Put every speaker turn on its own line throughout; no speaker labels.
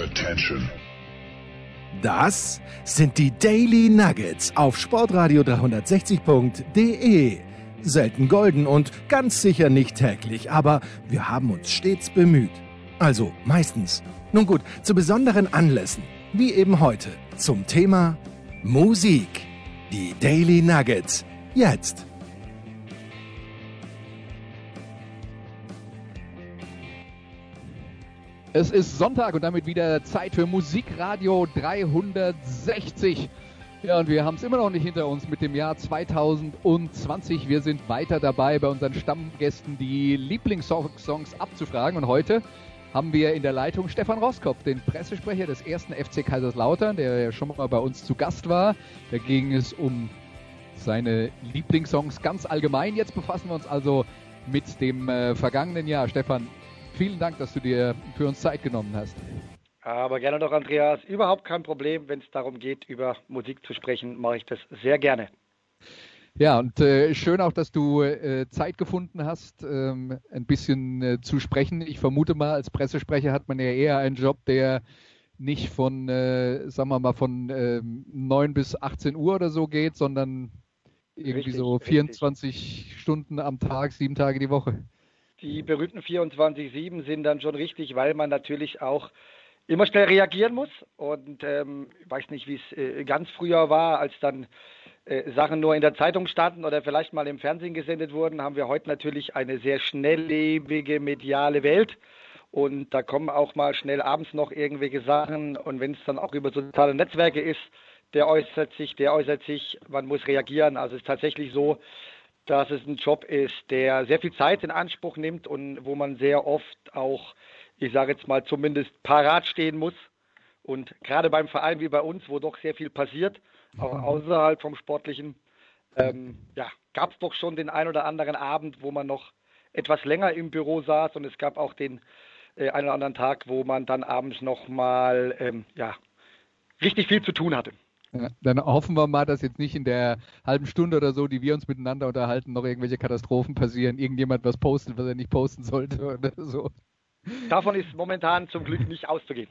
Attention.
Das sind die Daily Nuggets auf Sportradio 360.de. Selten golden und ganz sicher nicht täglich, aber wir haben uns stets bemüht. Also meistens. Nun gut, zu besonderen Anlässen, wie eben heute, zum Thema Musik. Die Daily Nuggets, jetzt.
Es ist Sonntag und damit wieder Zeit für Musikradio 360. Ja, und wir haben es immer noch nicht hinter uns mit dem Jahr 2020. Wir sind weiter dabei, bei unseren Stammgästen die Lieblingssongs abzufragen. Und heute haben wir in der Leitung Stefan Roskopf, den Pressesprecher des 1. FC Kaiserslautern, der ja schon mal bei uns zu Gast war. Da ging es um seine Lieblingssongs ganz allgemein. Jetzt befassen wir uns also mit dem vergangenen Jahr. Stefan, vielen Dank, dass du dir für uns Zeit genommen hast.
Aber gerne doch, Andreas. Überhaupt kein Problem. Wenn es darum geht, über Musik zu sprechen, mache ich das sehr gerne.
Ja, und schön auch, dass du Zeit gefunden hast, ein bisschen zu sprechen. Ich vermute mal, als Pressesprecher hat man ja eher einen Job, der nicht von, sagen wir mal, von 9 bis 18 Uhr oder so geht, sondern irgendwie richtig, so 24 Stunden am Tag, 7 Tage die Woche.
Die berühmten 24/7 sind dann schon richtig, weil man natürlich auch immer schnell reagieren muss. Und ich weiß nicht, wie es ganz früher war, als dann Sachen nur in der Zeitung standen oder vielleicht mal im Fernsehen gesendet wurden, haben wir heute natürlich eine sehr schnelllebige mediale Welt. Und da kommen auch mal schnell abends noch irgendwelche Sachen. Und wenn es dann auch über soziale Netzwerke ist, der äußert sich, man muss reagieren. Also es ist tatsächlich so, dass es ein Job ist, der sehr viel Zeit in Anspruch nimmt und wo man sehr oft auch, ich sage jetzt mal, zumindest parat stehen muss. Und gerade beim Verein wie bei uns, wo doch sehr viel passiert, auch außerhalb vom Sportlichen, gab es doch schon den ein oder anderen Abend, wo man noch etwas länger im Büro saß, und es gab auch den einen oder anderen Tag, wo man dann abends noch mal richtig viel zu tun hatte.
Ja, dann hoffen wir mal, dass jetzt nicht in der halben Stunde oder so, die wir uns miteinander unterhalten, noch irgendwelche Katastrophen passieren, irgendjemand was postet, was er nicht posten sollte oder so.
Davon ist momentan zum Glück nicht auszugehen.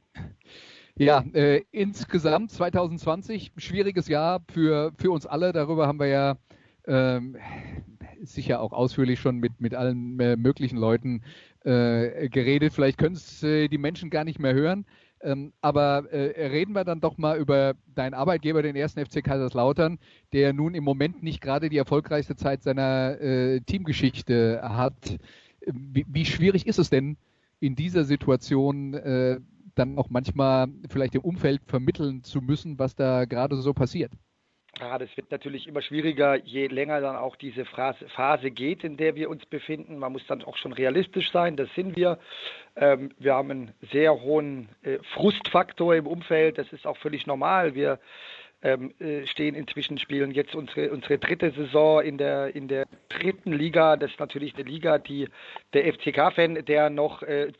Ja, insgesamt 2020, schwieriges Jahr für uns alle. Darüber haben wir ja sicher auch ausführlich schon mit allen möglichen Leuten geredet. Vielleicht können es die Menschen gar nicht mehr hören. Aber reden wir dann doch mal über deinen Arbeitgeber, den 1. FC Kaiserslautern, der nun im Moment nicht gerade die erfolgreichste Zeit seiner Teamgeschichte hat. Wie schwierig ist es denn in dieser Situation dann auch manchmal vielleicht im Umfeld vermitteln zu müssen, was da gerade so passiert?
Ja, das wird natürlich immer schwieriger, je länger dann auch diese Phase geht, in der wir uns befinden. Man muss dann auch schon realistisch sein, das sind wir. Wir haben einen sehr hohen Frustfaktor im Umfeld, das ist auch völlig normal. Wir stehen inzwischen, spielen jetzt unsere dritte Saison in der dritten Liga. Das ist natürlich eine Liga, die der FCK-Fan, der noch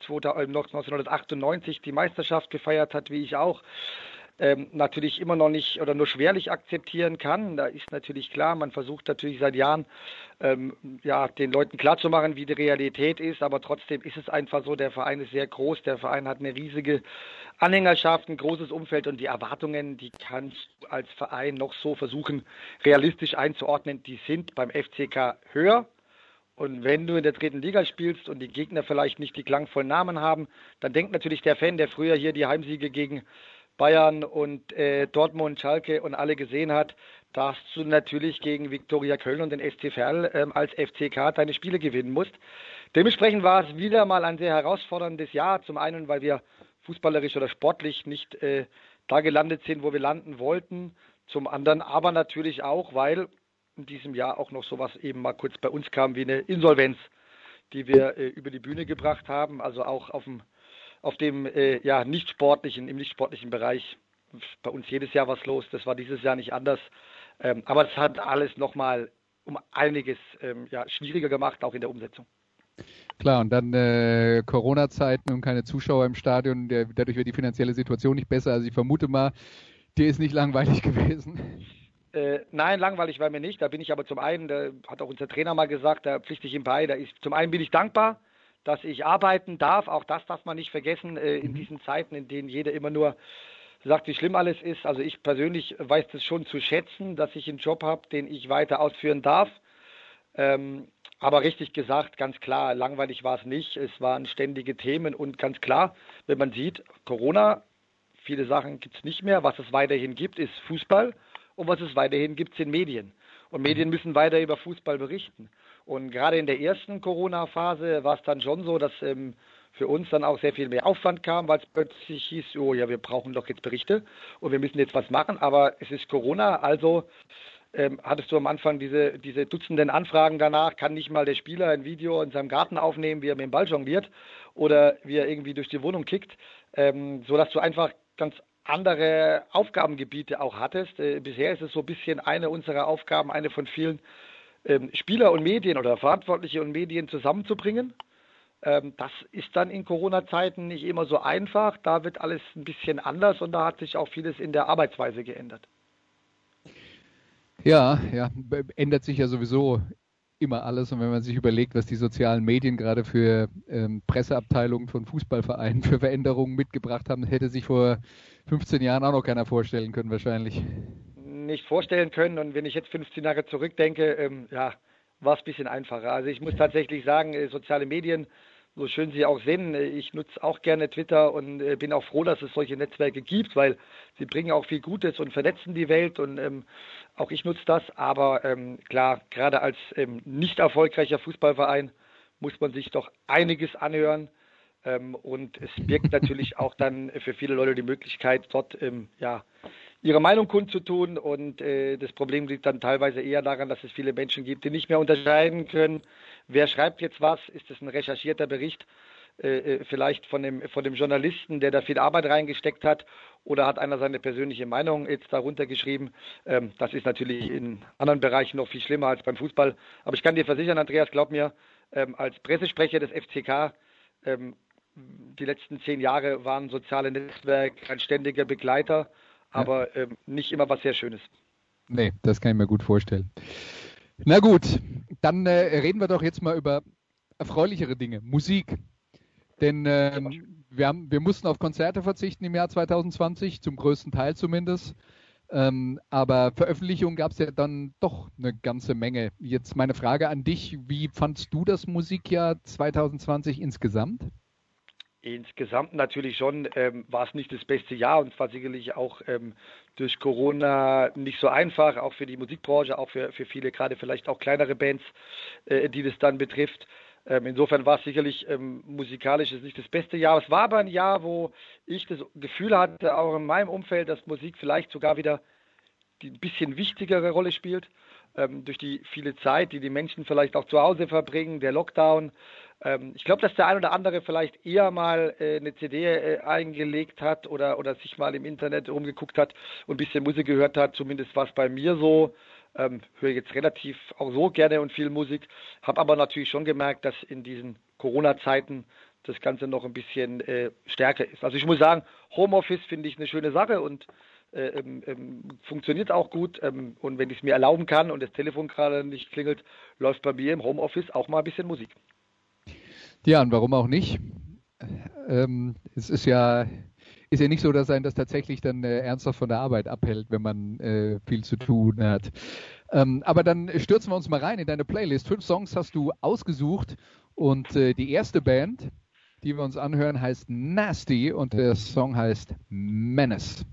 1998 die Meisterschaft gefeiert hat, wie ich auch, natürlich immer noch nicht oder nur schwerlich akzeptieren kann. Da ist natürlich klar, man versucht natürlich seit Jahren den Leuten klarzumachen, wie die Realität ist, aber trotzdem ist es einfach so, der Verein ist sehr groß, der Verein hat eine riesige Anhängerschaft, ein großes Umfeld, und die Erwartungen, die kannst du als Verein noch so versuchen, realistisch einzuordnen, die sind beim FCK höher. Und wenn du in der dritten Liga spielst und die Gegner vielleicht nicht die klangvollen Namen haben, dann denkt natürlich der Fan, der früher hier die Heimsiege gegen Bayern und Dortmund, Schalke und alle gesehen hat, dass du natürlich gegen Viktoria Köln und den SC Verl als FCK deine Spiele gewinnen musst. Dementsprechend war es wieder mal ein sehr herausforderndes Jahr. Zum einen, weil wir fußballerisch oder sportlich nicht da gelandet sind, wo wir landen wollten. Zum anderen aber natürlich auch, weil in diesem Jahr auch noch sowas eben mal kurz bei uns kam wie eine Insolvenz, die wir über die Bühne gebracht haben. Also auch auf dem im nicht sportlichen Bereich. Bei uns jedes Jahr was los, das war dieses Jahr nicht anders. Aber es hat alles nochmal um einiges schwieriger gemacht, auch in der Umsetzung.
Klar, und dann Corona-Zeiten und keine Zuschauer im Stadion, dadurch wird die finanzielle Situation nicht besser. Also ich vermute mal, dir ist nicht langweilig gewesen.
Nein, langweilig war mir nicht. Da bin ich aber zum einen, da hat auch unser Trainer mal gesagt, da pflichte ich ihm bei, zum einen bin ich dankbar, dass ich arbeiten darf. Auch das darf man nicht vergessen in diesen Zeiten, in denen jeder immer nur sagt, wie schlimm alles ist. Also ich persönlich weiß das schon zu schätzen, dass ich einen Job habe, den ich weiter ausführen darf. Aber richtig gesagt, ganz klar, langweilig war es nicht. Es waren ständige Themen und ganz klar, wenn man sieht, Corona, viele Sachen gibt es nicht mehr. Was es weiterhin gibt, ist Fußball und was es weiterhin gibt, sind Medien. Und Medien müssen weiter über Fußball berichten. Und gerade in der ersten Corona-Phase war es dann schon so, dass für uns dann auch sehr viel mehr Aufwand kam, weil es plötzlich hieß, oh ja, wir brauchen doch jetzt Berichte und wir müssen jetzt was machen. Aber es ist Corona, also hattest du am Anfang diese Dutzenden Anfragen danach, kann nicht mal der Spieler ein Video in seinem Garten aufnehmen, wie er mit dem Ball jongliert oder wie er irgendwie durch die Wohnung kickt, sodass du einfach ganz andere Aufgabengebiete auch hattest. Bisher ist es so ein bisschen eine unserer Aufgaben, eine von vielen, Spieler und Medien oder Verantwortliche und Medien zusammenzubringen. Das ist dann in Corona-Zeiten nicht immer so einfach. Da wird alles ein bisschen anders und da hat sich auch vieles in der Arbeitsweise geändert.
Ja, ändert sich ja sowieso immer alles. Und wenn man sich überlegt, was die sozialen Medien gerade für Presseabteilungen von Fußballvereinen für Veränderungen mitgebracht haben, hätte sich vor 15 Jahren auch noch keiner vorstellen können wahrscheinlich.
Nicht vorstellen können. Und wenn ich jetzt 15 Jahre zurückdenke, war es ein bisschen einfacher. Also ich muss tatsächlich sagen, soziale Medien, so schön sie auch sind, ich nutze auch gerne Twitter und bin auch froh, dass es solche Netzwerke gibt, weil sie bringen auch viel Gutes und vernetzen die Welt und auch ich nutze das. Aber klar, gerade als nicht erfolgreicher Fußballverein muss man sich doch einiges anhören. Und es birgt natürlich auch dann für viele Leute die Möglichkeit, dort ihre Meinung kundzutun. Und das Problem liegt dann teilweise eher daran, dass es viele Menschen gibt, die nicht mehr unterscheiden können, wer schreibt jetzt was, ist es ein recherchierter Bericht, vielleicht von dem Journalisten, der da viel Arbeit reingesteckt hat, oder hat einer seine persönliche Meinung jetzt darunter geschrieben. Das ist natürlich in anderen Bereichen noch viel schlimmer als beim Fußball. Aber ich kann dir versichern, Andreas, glaub mir, als Pressesprecher des FCK, die letzten 10 Jahre waren soziale Netzwerke ein ständiger Begleiter, aber nicht immer was sehr Schönes.
Nee, das kann ich mir gut vorstellen. Na gut, dann reden wir doch jetzt mal über erfreulichere Dinge, Musik. Denn wir mussten auf Konzerte verzichten im Jahr 2020, zum größten Teil zumindest. Aber Veröffentlichungen gab es ja dann doch eine ganze Menge. Jetzt meine Frage an dich, wie fandst du das Musikjahr 2020 insgesamt?
Insgesamt natürlich schon war es nicht das beste Jahr und es war sicherlich auch durch Corona nicht so einfach, auch für die Musikbranche, auch für viele, gerade vielleicht auch kleinere Bands, die das dann betrifft. Insofern war es sicherlich musikalisch nicht das beste Jahr. Es war aber ein Jahr, wo ich das Gefühl hatte, auch in meinem Umfeld, dass Musik vielleicht sogar wieder die ein bisschen wichtigere Rolle spielt. Durch die viele Zeit, die Menschen vielleicht auch zu Hause verbringen, der Lockdown. Ich glaube, dass der ein oder andere vielleicht eher mal eine CD eingelegt hat oder sich mal im Internet rumgeguckt hat und ein bisschen Musik gehört hat. Zumindest war es bei mir so. Höre jetzt relativ auch so gerne und viel Musik. Habe aber natürlich schon gemerkt, dass in diesen Corona-Zeiten das Ganze noch ein bisschen stärker ist. Also ich muss sagen, Homeoffice finde ich eine schöne Sache und funktioniert auch gut. Und wenn ich es mir erlauben kann und das Telefon gerade nicht klingelt, läuft bei mir im Homeoffice auch mal ein bisschen Musik.
Ja, und warum auch nicht? Es ist ja nicht so, dass einen das tatsächlich dann ernsthaft von der Arbeit abhält, wenn man viel zu tun hat. Aber dann stürzen wir uns mal rein in deine Playlist. 5 Songs hast du ausgesucht und die erste Band, die wir uns anhören, heißt Nasty und der Song heißt Menace.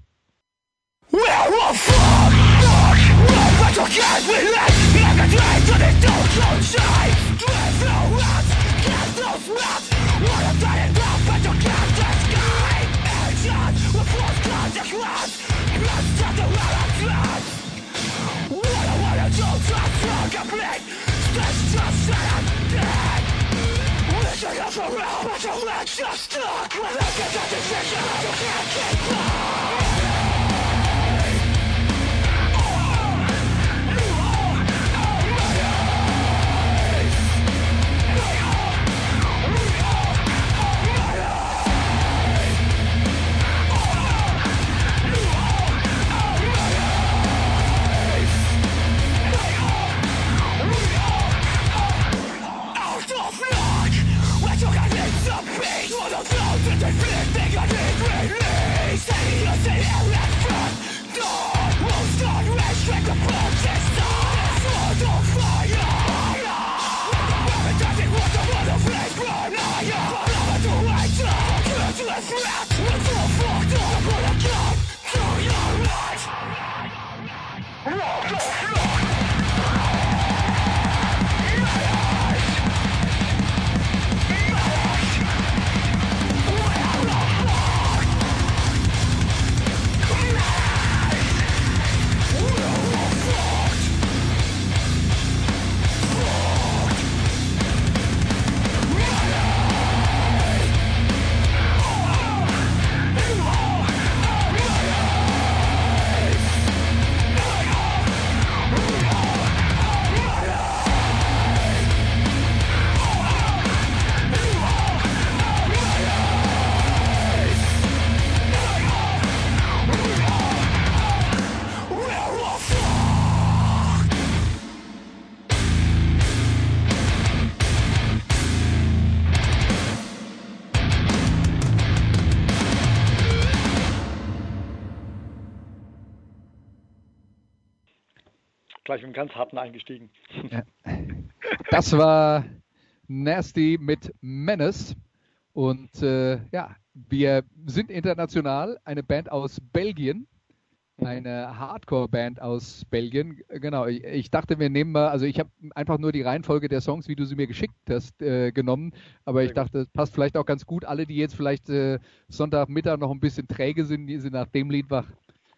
gleich mit einem ganz harten eingestiegen.
Ja. Das war Nasty mit Menace. Und wir sind international, eine Band aus Belgien. Eine Hardcore-Band aus Belgien. Genau, ich dachte, wir nehmen mal, also ich habe einfach nur die Reihenfolge der Songs, wie du sie mir geschickt hast, genommen. Aber ich dachte, es passt vielleicht auch ganz gut. Alle, die jetzt vielleicht Sonntagmittag noch ein bisschen träge sind, die sind nach dem Lied wach.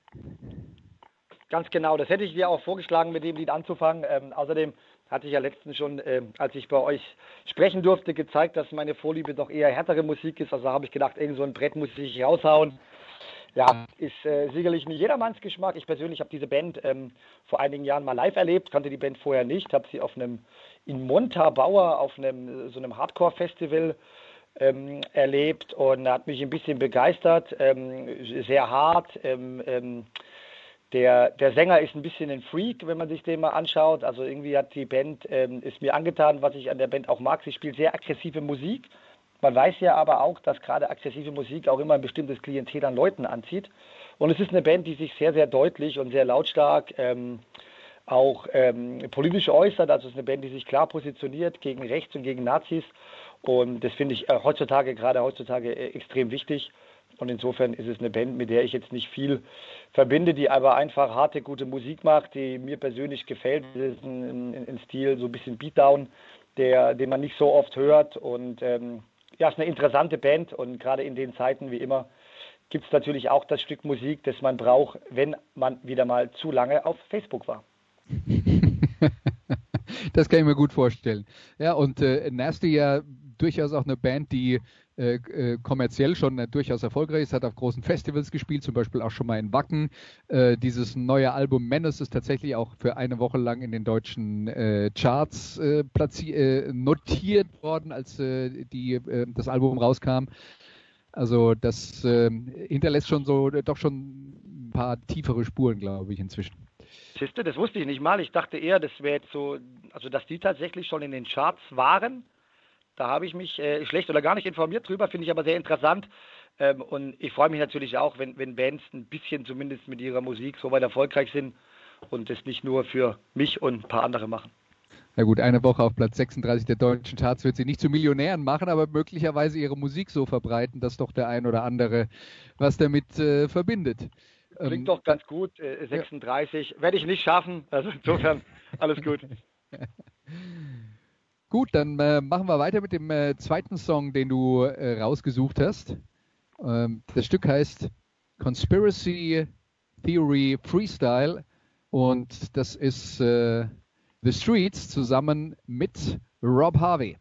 Ganz genau, das hätte ich dir auch vorgeschlagen, mit dem Lied anzufangen. Außerdem hatte ich ja letztens schon, als ich bei euch sprechen durfte, gezeigt, dass meine Vorliebe doch eher härtere Musik ist. Also habe ich gedacht, irgend so ein Brett muss ich raushauen. Ja, ist sicherlich nicht jedermanns Geschmack. Ich persönlich habe diese Band vor einigen Jahren mal live erlebt, kannte die Band vorher nicht, habe sie in Montabaur auf so einem Hardcore-Festival erlebt und hat mich ein bisschen begeistert, sehr hart. Der Sänger ist ein bisschen ein Freak, wenn man sich den mal anschaut. Also irgendwie hat die Band, ist mir angetan, was ich an der Band auch mag. Sie spielt sehr aggressive Musik. Man weiß ja aber auch, dass gerade aggressive Musik auch immer ein bestimmtes Klientel an Leuten anzieht. Und es ist eine Band, die sich sehr, sehr deutlich und sehr lautstark auch politisch äußert. Also es ist eine Band, die sich klar positioniert gegen Rechts und gegen Nazis. Und das finde ich gerade heutzutage extrem wichtig. Und insofern ist es eine Band, mit der ich jetzt nicht viel verbinde, die aber einfach harte, gute Musik macht, die mir persönlich gefällt. Das ist ein Stil, so ein bisschen Beatdown, den man nicht so oft hört. Und ja, ist eine interessante Band. Und gerade in den Zeiten, wie immer, gibt es natürlich auch das Stück Musik, das man braucht, wenn man wieder mal zu lange auf Facebook war.
Das kann ich mir gut vorstellen. Ja, und Nasty ja durchaus auch eine Band, die kommerziell schon durchaus erfolgreich ist, hat auf großen Festivals gespielt, zum Beispiel auch schon mal in Wacken. Dieses neue Album Menace ist tatsächlich auch für eine Woche lang in den deutschen Charts notiert worden, als das Album rauskam. Also das hinterlässt doch schon ein paar tiefere Spuren, glaube ich, inzwischen.
Siehste, das wusste ich nicht mal. Ich dachte eher, das wäre jetzt so, also dass die tatsächlich schon in den Charts waren. Da habe ich mich schlecht oder gar nicht informiert drüber, finde ich aber sehr interessant. Und ich freue mich natürlich auch, wenn Bands ein bisschen zumindest mit ihrer Musik so weit erfolgreich sind und das nicht nur für mich und ein paar andere machen.
Na gut, eine Woche auf Platz 36 der deutschen Charts wird sie nicht zu Millionären machen, aber möglicherweise ihre Musik so verbreiten, dass doch der ein oder andere was damit verbindet.
Klingt doch ganz gut, 36 ja. Werde ich nicht schaffen, also insofern alles gut.
Gut, dann machen wir weiter mit dem zweiten Song, den du rausgesucht hast. Das Stück heißt Conspiracy Theory Freestyle und das ist The Streets zusammen mit Rob Harvey.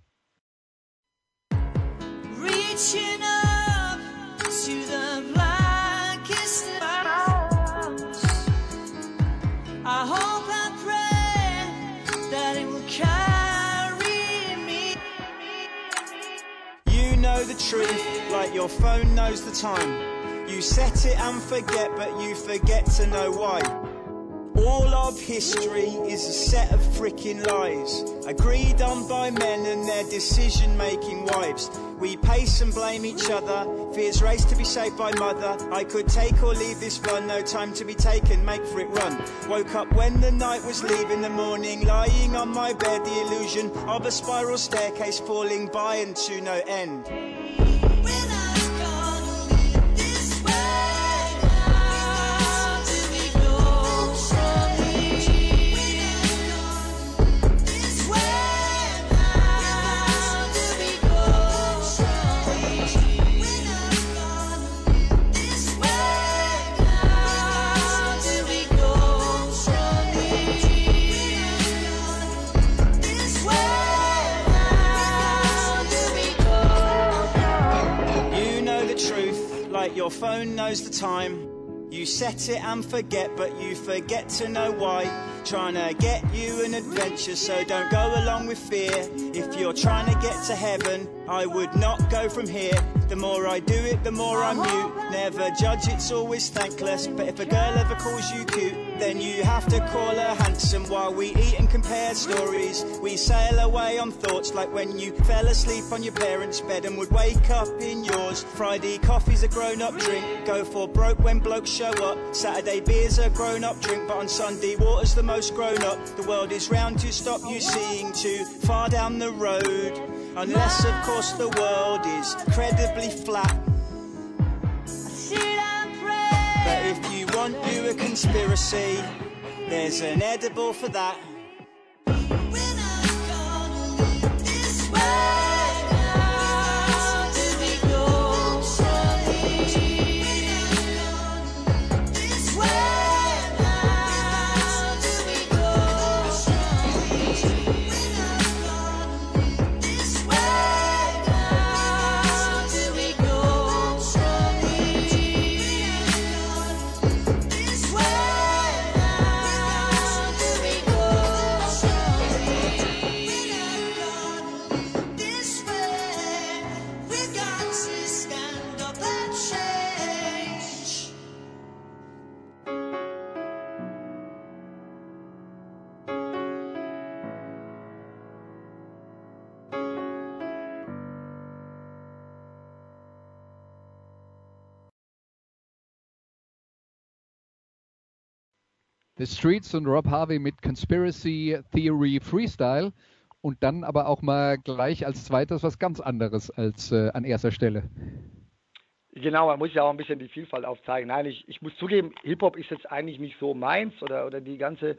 Reaching up to the blackest clouds. I hope and pray that it will carry me.
You know the truth, like your phone knows the time. You set it and forget, but you forget to know why. All of history is a set of frickin' lies, agreed on by men and their decision-making wives. We pace and blame each other, fears race to be saved by mother. I could take or leave this run, no time to be taken, make for it run. Woke up when the night was leaving the morning, lying on my bed, the illusion of a spiral staircase falling by and to no end. Your phone knows the time. You set it and forget, but you forget to know why. Trying to get you an adventure, so don't go along with fear. If you're trying to get to heaven, I would not go from here. The more I do it, the more I'm mute. Never judge, it's always thankless. But if a girl ever calls you cute, then you have to call her handsome. While we eat and compare stories, we sail away on thoughts like when you fell asleep on your parents' bed and would wake up in yours. Friday coffee's a grown-up drink. Go for broke when blokes show up. Saturday beer's a grown-up drink, but on Sunday water's the most grown-up. The world is round to stop you seeing too far down the road. Unless, of course, the world is incredibly flat. But if you want you a conspiracy, there's an edible for that.
The Streets und Rob Harvey mit Conspiracy Theory Freestyle und dann aber auch mal gleich als zweites was ganz anderes als an erster Stelle.
Genau, man muss ja auch ein bisschen die Vielfalt aufzeigen. Nein, ich muss zugeben, Hip-Hop ist jetzt eigentlich nicht so meins oder die ganze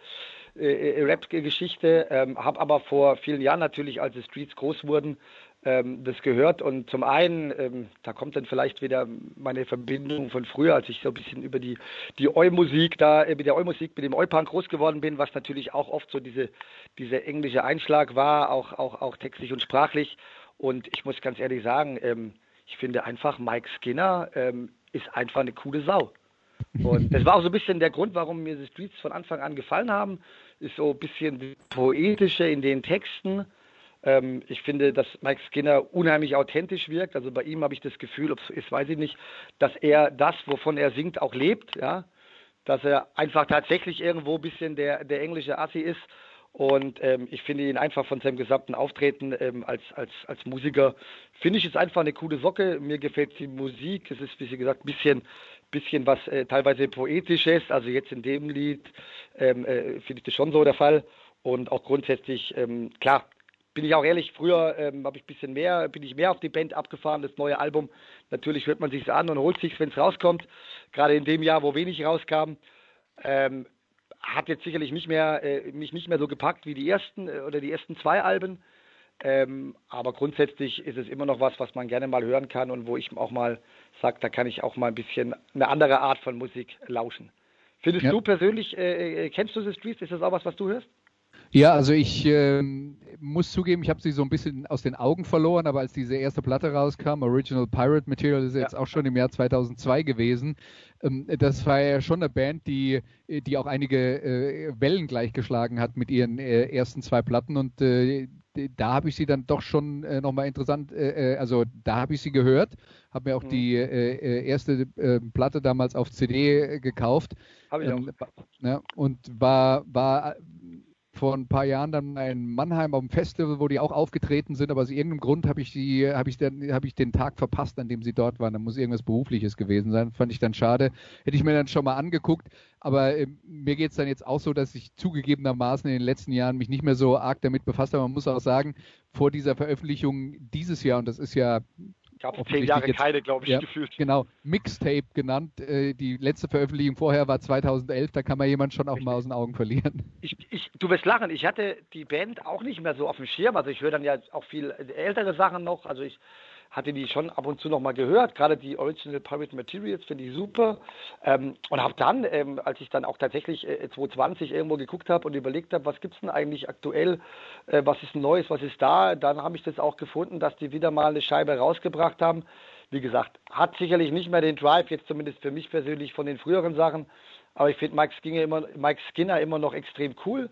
Rap-Geschichte, habe aber vor vielen Jahren natürlich, als die Streets groß wurden, das gehört und zum einen, da kommt dann vielleicht wieder meine Verbindung von früher, als ich so ein bisschen über die Oi-Musik da, mit der Oi-Musik, mit dem Oi-Punk groß geworden bin, was natürlich auch oft so diese englische Einschlag war, auch textlich und sprachlich. Und ich muss ganz ehrlich sagen, ich finde einfach, Mike Skinner ist einfach eine coole Sau. Und das war auch so ein bisschen der Grund, warum mir die Streets von Anfang an gefallen haben, ist so ein bisschen das Poetische in den Texten. Ich finde, dass Mike Skinner unheimlich authentisch wirkt. Also bei ihm habe ich das Gefühl, ob es so ist, weiß ich nicht, dass er das, wovon er singt, auch lebt. Ja? Dass er einfach tatsächlich irgendwo ein bisschen der englische Assi ist. Und ich finde ihn einfach von seinem gesamten Auftreten als Musiker, finde ich es einfach eine coole Socke. Mir gefällt die Musik. Es ist, wie gesagt, ein bisschen was teilweise Poetisches. Also jetzt in dem Lied finde ich das schon so der Fall. Und auch grundsätzlich, klar, bin ich auch ehrlich, früher bin ich mehr auf die Band abgefahren, das neue Album. Natürlich hört man sich's an und holt sich's, wenn es rauskommt. Gerade in dem Jahr, wo wenig rauskam. Hat jetzt sicherlich mich nicht mehr so gepackt wie die ersten zwei Alben. Aber grundsätzlich ist es immer noch was man gerne mal hören kann und wo ich auch mal sage, da kann ich auch mal ein bisschen eine andere Art von Musik lauschen. Findest du persönlich, kennst du The Streets? Ist das auch was du hörst?
Ja, also ich muss zugeben, ich habe sie so ein bisschen aus den Augen verloren, aber als diese erste Platte rauskam, Original Pirate Material, das ist jetzt auch schon im Jahr 2002 gewesen, das war ja schon eine Band, die auch einige Wellen gleichgeschlagen hat mit ihren ersten zwei Platten und da habe ich sie dann doch schon nochmal interessant, also da habe ich sie gehört, habe mir auch die erste Platte damals auf CD gekauft.
Habe ich auch.
Ja, und war vor ein paar Jahren dann in Mannheim auf dem Festival, wo die auch aufgetreten sind, aber aus irgendeinem Grund habe ich den Tag verpasst, an dem sie dort waren. Da muss irgendwas Berufliches gewesen sein. Fand ich dann schade. Hätte ich mir dann schon mal angeguckt. Aber mir geht es dann jetzt auch so, dass ich zugegebenermaßen in den letzten Jahren mich nicht mehr so arg damit befasst habe. Man muss auch sagen, vor dieser Veröffentlichung dieses Jahr, und das ist ja
gab es 10 Jahre keine, glaube ich,
ja,
gefühlt.
Genau, Mixtape genannt. Die letzte Veröffentlichung vorher war 2011, da kann man jemand schon auch mal aus den Augen verlieren.
Du wirst lachen, ich hatte die Band auch nicht mehr so auf dem Schirm, also ich höre dann ja auch viel ältere Sachen noch, also ich hatte die schon ab und zu noch mal gehört, gerade die Original Pirate Materials finde ich super und habe dann, als ich dann auch tatsächlich 2020 irgendwo geguckt habe und überlegt habe, was gibt's denn eigentlich aktuell, was ist Neues, was ist da, dann habe ich das auch gefunden, dass die wieder mal eine Scheibe rausgebracht haben. Wie gesagt, hat sicherlich nicht mehr den Drive, jetzt zumindest für mich persönlich von den früheren Sachen, aber ich finde Mike Skinner immer noch extrem cool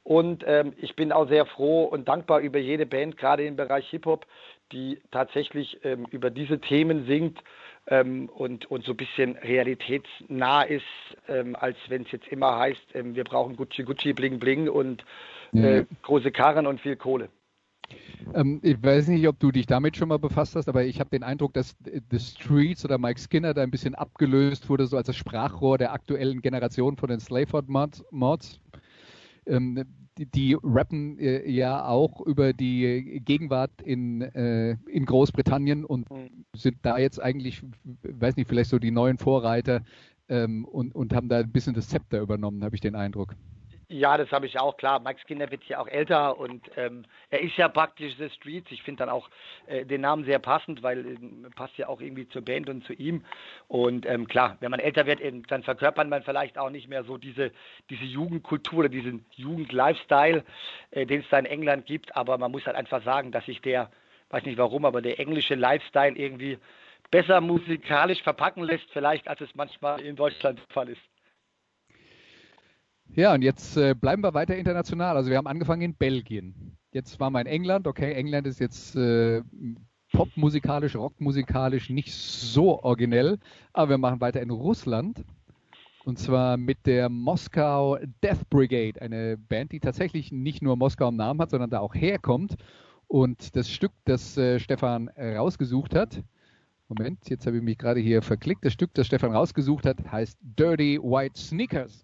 Und ich bin auch sehr froh und dankbar über jede Band, gerade im Bereich Hip-Hop, die tatsächlich über diese Themen singt und so ein bisschen realitätsnah ist, als wenn es jetzt immer heißt, wir brauchen Gucci, Gucci, Bling, Bling und große Karren und viel Kohle.
Ich weiß nicht, ob du dich damit schon mal befasst hast, aber ich habe den Eindruck, dass The Streets oder Mike Skinner da ein bisschen abgelöst wurde, so als das Sprachrohr der aktuellen Generation von den Slaveford-Mods. Die rappen ja auch über die Gegenwart in Großbritannien und sind da jetzt eigentlich, weiß nicht, vielleicht so die neuen Vorreiter und haben da ein bisschen das Zepter übernommen, habe ich den Eindruck.
Ja, das habe ich auch, klar. Mike Skinner wird ja auch älter und er ist ja praktisch The Streets. Ich finde dann auch den Namen sehr passend, weil passt ja auch irgendwie zur Band und zu ihm. Und klar, wenn man älter wird, dann verkörpert man vielleicht auch nicht mehr so diese Jugendkultur oder diesen Jugend-Lifestyle, den es da in England gibt. Aber man muss halt einfach sagen, dass sich weiß nicht warum, aber der englische Lifestyle irgendwie besser musikalisch verpacken lässt, vielleicht als es manchmal in Deutschland der Fall ist.
Ja, und jetzt bleiben wir weiter international. Also wir haben angefangen in Belgien. Jetzt waren wir in England. Okay, England ist jetzt popmusikalisch, rockmusikalisch nicht so originell. Aber wir machen weiter in Russland. Und zwar mit der Moskau Death Brigade. Eine Band, die tatsächlich nicht nur Moskau im Namen hat, sondern da auch herkommt. Und das Stück, das Stefan rausgesucht hat, Moment, jetzt habe ich mich gerade hier verklickt. Das Stück, das Stefan rausgesucht hat, heißt Dirty White Sneakers.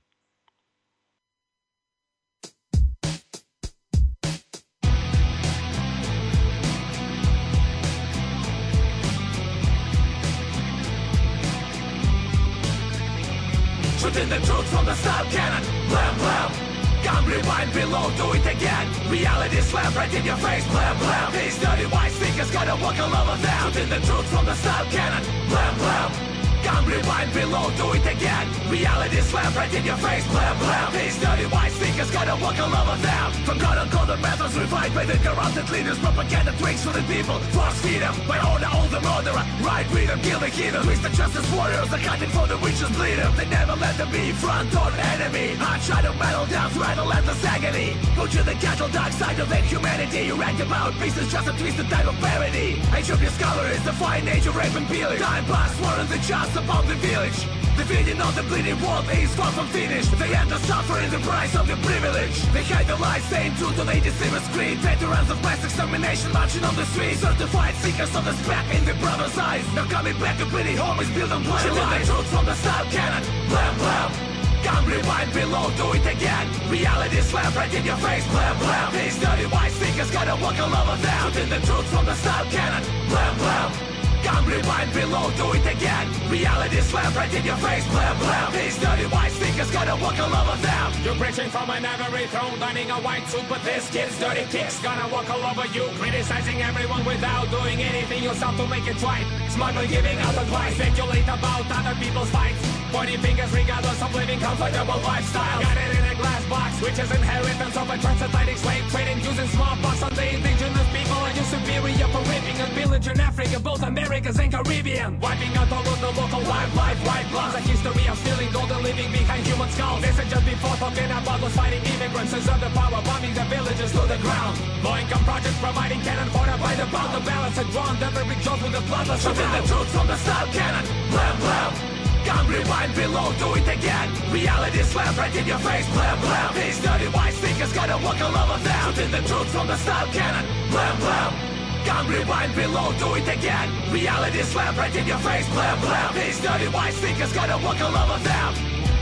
Shooting the truth from the start cannon, blam blam. Gun rewind below, do it again. Reality slam right in your face, blam blam. These dirty white sneakers gotta walk all over them. Shooting the truth from the start cannon, blam blam. Gun rewind below, do it again. Reality slam right in your face, blam blam. These dirty white sneakers gotta walk all over them. Forgotten golden methods refined by the corrupted leaders. Propaganda tricks for the people, force feed them. By order all the murderer, right rhythm, kill the heathen. Twisted justice warriors are hunting for the witches bleeder. They never let them be front or enemy. Hot shot of metal down through relentless agony. Go to the cattle dark side of humanity. You rank about pieces, just a twisted type of parody. Age of discoveries, the fine age of rape and pillage. Time past, war and the chance upon the village. The feeding of the bleeding world is far from finished. They end up suffering the price of the privilege. They hide the lies, staying true to their deceivers' creed. Veterans of mass extermination marching on the streets. Certified seekers of the speck in the brother's eyes. Now coming back to bleeding homies built on blind lies. The truth from the style cannon, blam blam. Gun rewind below, do it again. Reality slam right in your face, blam blam. These dirty white sneakers gotta walk all over them. Shooting the truth from the style cannon, blam blam. Gun rewind below, do it again. Reality slam right in your face, blam blam. These dirty white sneakers gotta walk all over them. You're breaching from an ivory throne, donning a white suit, but this kid's dirty kicks gonna walk all over you. Criticizing everyone without doing anything yourself to make it right. Smuggling, giving out advice, speculate about other people's fights. Pointing fingers regardless of living comfortable lifestyle. Got it in a glass box, which is inheritance of a transatlantic slave trading, using smallpox on the indigenous people and your superior for raping and pillaging Africa, both Americas and Caribbean. Wiping out all of the local wildlife, white bloods, a history of stealing gold and living behind human skulls. This is just before talking about was fighting immigrants, and the power, bombing the villages to the ground. Low-income projects providing cannon fodder by the pound. The balance had drawn, never big jobs with the bloodless. Shooting the truth from the style cannon, blam blam. Gun rewind below, do it again. Reality slam right in your face, blam blam. These dirty white sneakers gotta walk all over them. Shooting the truth from the style cannon, blam blam. Gun rewind below, do it again. Reality slam right in your face, blam blam. These dirty white sneakers gotta walk all over them.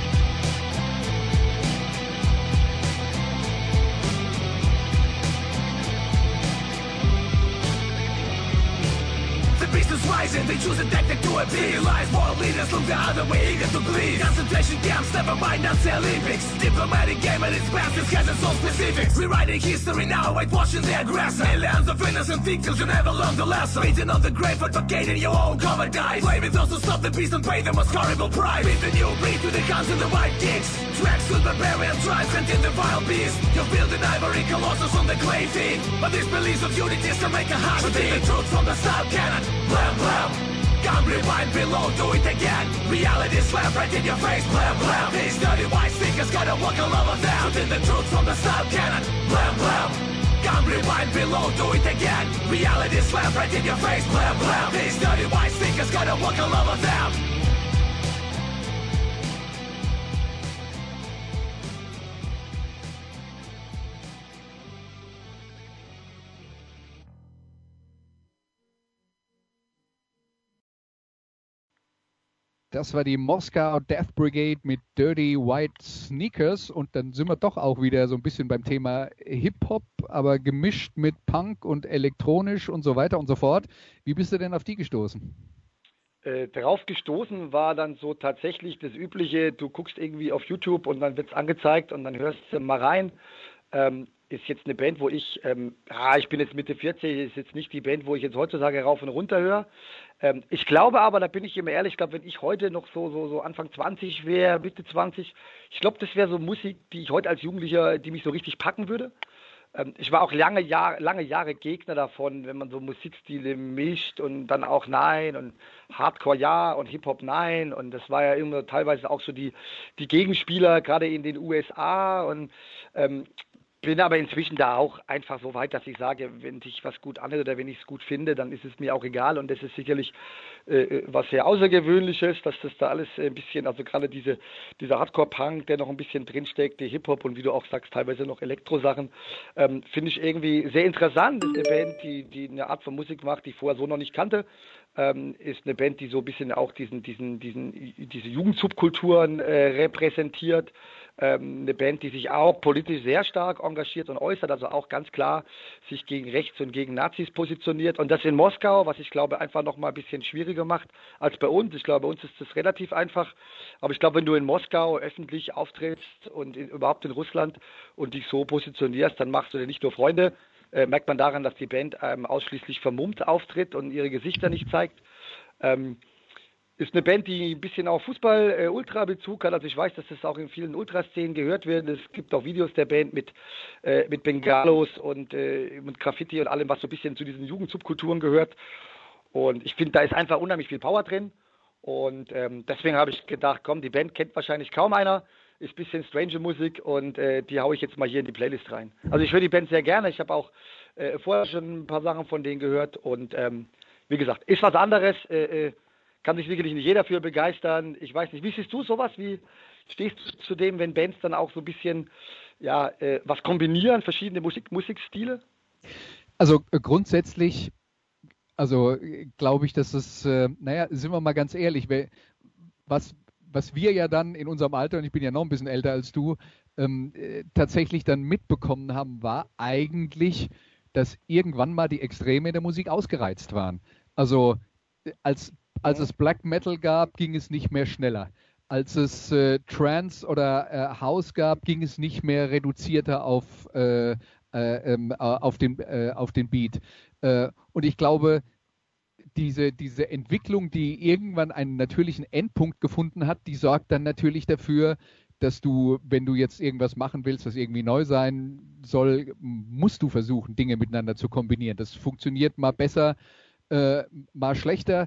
Beast is rising, they choose a tactic to appease. Realize world leaders look the other way, eager to please. Concentration camps, never mind Nazi Olympics. Diplomatic game at its best, this has its own specifics. Rewriting history now, whitewashing the aggressor. Millions of innocent victims, you never learn the lesson. Beating on the grave, advocating your own covered guys. Blaming those who stop the beast and pay the most horrible price. Beat the new breed with the guns and the white kicks. Tracks with barbarian tribes and in the vile beast. You build an ivory colossus on the clay feet. But these beliefs of unity still make a heart beat. The truth from the style cannon, blam blam. Gun rewind below, do it again. Reality slam right in your face, blam blam. These dirty white sneakers gonna walk all over them. Shooting the truth from the style cannon, blam blam. Gun rewind below, do it again. Reality slam right in your face, blam blam. These dirty white sneakers gonna walk all over them.
Das war die Moskau Death Brigade mit Dirty White Sneakers und dann sind wir doch auch wieder so ein bisschen beim Thema Hip-Hop, aber gemischt mit Punk und elektronisch und so weiter und so fort. Wie bist du denn auf die gestoßen?
Darauf gestoßen war dann so tatsächlich das Übliche, du guckst irgendwie auf YouTube und dann wird es angezeigt und dann hörst du mal rein. Ist jetzt eine Band, wo ich bin jetzt Mitte 40, ist jetzt nicht die Band, wo ich jetzt heutzutage rauf und runter höre. Ich glaube aber, da bin ich immer ehrlich, ich glaube, wenn ich heute noch so Anfang 20 wäre, Mitte 20, ich glaube, das wäre so Musik, die ich heute als Jugendlicher, die mich so richtig packen würde. Ich war auch lange Jahre Gegner davon, wenn man so Musikstile mischt und dann auch nein und Hardcore ja und Hip-Hop nein und das war ja immer teilweise auch so die Gegenspieler, gerade in den USA und bin aber inzwischen da auch einfach so weit, dass ich sage, wenn sich was gut anhört oder wenn ich es gut finde, dann ist es mir auch egal und das ist sicherlich was sehr Außergewöhnliches, dass das da alles ein bisschen, also gerade dieser Hardcore-Punk, der noch ein bisschen drinsteckt, der Hip-Hop und wie du auch sagst, teilweise noch Elektro-Sachen, finde ich irgendwie sehr interessant. Das ist eine Band, die eine Art von Musik macht, die ich vorher so noch nicht kannte. Ist eine Band, die so ein bisschen auch diese Jugendsubkulturen repräsentiert. Eine Band, die sich auch politisch sehr stark engagiert und äußert, also auch ganz klar sich gegen Rechts und gegen Nazis positioniert. Und das in Moskau, was ich glaube einfach noch mal ein bisschen schwieriger macht als bei uns. Ich glaube, bei uns ist das relativ einfach. Aber ich glaube, wenn du in Moskau öffentlich auftrittst und überhaupt in Russland und dich so positionierst, dann machst du dir nicht nur Freunde. Merkt man daran, dass die Band ausschließlich vermummt auftritt und ihre Gesichter nicht zeigt. Ist eine Band, die ein bisschen auch Fußball-Ultra-Bezug hat. Also ich weiß, dass das auch in vielen Ultraszenen gehört wird. Es gibt auch Videos der Band mit Bengalos und mit Graffiti und allem, was so ein bisschen zu diesen Jugendsubkulturen gehört. Und ich finde, da ist einfach unheimlich viel Power drin. Und deswegen habe ich gedacht, komm, die Band kennt wahrscheinlich kaum einer. Ist ein bisschen strange Musik und die haue ich jetzt mal hier in die Playlist rein. Also ich höre die Band sehr gerne. Ich habe auch vorher schon ein paar Sachen von denen gehört. Und wie gesagt, ist was anderes. Kann sich sicherlich nicht jeder für begeistern. Ich weiß nicht, wie siehst du sowas? Wie stehst du zu dem, wenn Bands dann auch so ein bisschen was kombinieren, verschiedene Musikstile?
Also grundsätzlich, glaube ich, dass es, sind wir mal ganz ehrlich, was wir ja dann in unserem Alter, und ich bin ja noch ein bisschen älter als du, tatsächlich dann mitbekommen haben, war eigentlich, dass irgendwann mal die Extreme in der Musik ausgereizt waren. Also als es Black Metal gab, ging es nicht mehr schneller. Als es Trance oder House gab, ging es nicht mehr reduzierter auf den Beat. Und ich glaube, diese Entwicklung, die irgendwann einen natürlichen Endpunkt gefunden hat, die sorgt dann natürlich dafür, dass du, wenn du jetzt irgendwas machen willst, was irgendwie neu sein soll, musst du versuchen, Dinge miteinander zu kombinieren. Das funktioniert mal besser, mal schlechter.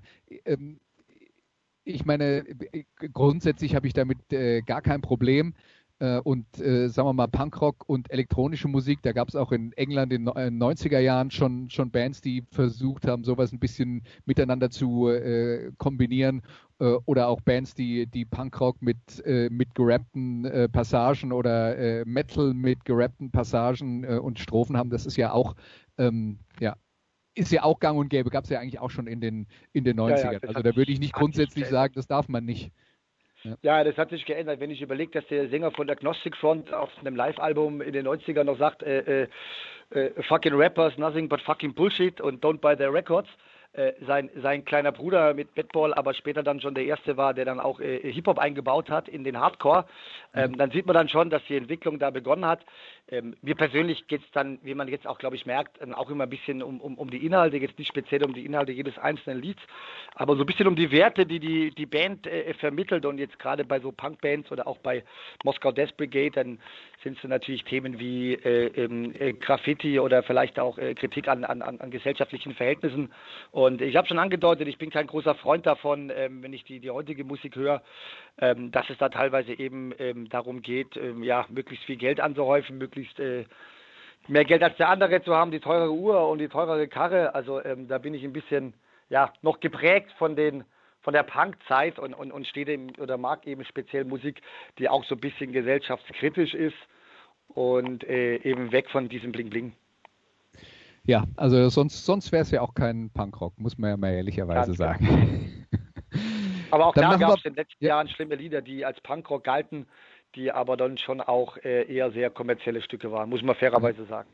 Ich meine, grundsätzlich habe ich damit gar kein Problem. Und sagen wir mal, Punkrock und elektronische Musik, da gab es auch in England in den 90er Jahren schon Bands, die versucht haben, sowas ein bisschen miteinander zu kombinieren. Oder auch Bands, die Punkrock mit gerappten Passagen oder Metal mit gerappten Passagen und Strophen haben. Das ist ja auch ist ja auch gang und gäbe, gab es ja eigentlich auch schon in den 90ern. Ja, also da würde ich nicht grundsätzlich sagen, das darf man nicht.
Ja, das hat sich geändert. Wenn ich überlege, dass der Sänger von Agnostic Front auf einem Live-Album in den 90ern noch sagt, fucking rappers, nothing but fucking bullshit und don't buy their records. Sein kleiner Bruder mit Batball, aber später dann schon der Erste war, der dann auch Hip-Hop eingebaut hat in den Hardcore. Dann sieht man dann schon, dass die Entwicklung da begonnen hat. Mir persönlich geht es dann, wie man jetzt auch, glaube ich, merkt, auch immer ein bisschen um die Inhalte, jetzt nicht speziell um die Inhalte jedes einzelnen Lieds, aber so ein bisschen um die Werte, die Band vermittelt. Und jetzt gerade bei so Punk-Bands oder auch bei Moskau Death Brigade, dann sind es natürlich Themen wie Graffiti oder vielleicht auch Kritik an gesellschaftlichen Verhältnissen. Und ich habe schon angedeutet, ich bin kein großer Freund davon, wenn ich die heutige Musik höre, dass es da teilweise eben darum geht, möglichst viel Geld anzuhäufen, möglichst mehr Geld als der andere zu haben, die teurere Uhr und die teurere Karre. Also da bin ich ein bisschen noch geprägt von der Punk-Zeit und stehe dem oder mag eben speziell Musik, die auch so ein bisschen gesellschaftskritisch ist und eben weg von diesem Bling-Bling.
Ja, also sonst wäre es ja auch kein Punkrock, muss man ja mal ehrlicherweise sagen.
Aber auch da gab es in den letzten Jahren schlimme Lieder, die als Punkrock galten, die aber dann schon auch eher sehr kommerzielle Stücke waren, muss man fairerweise sagen.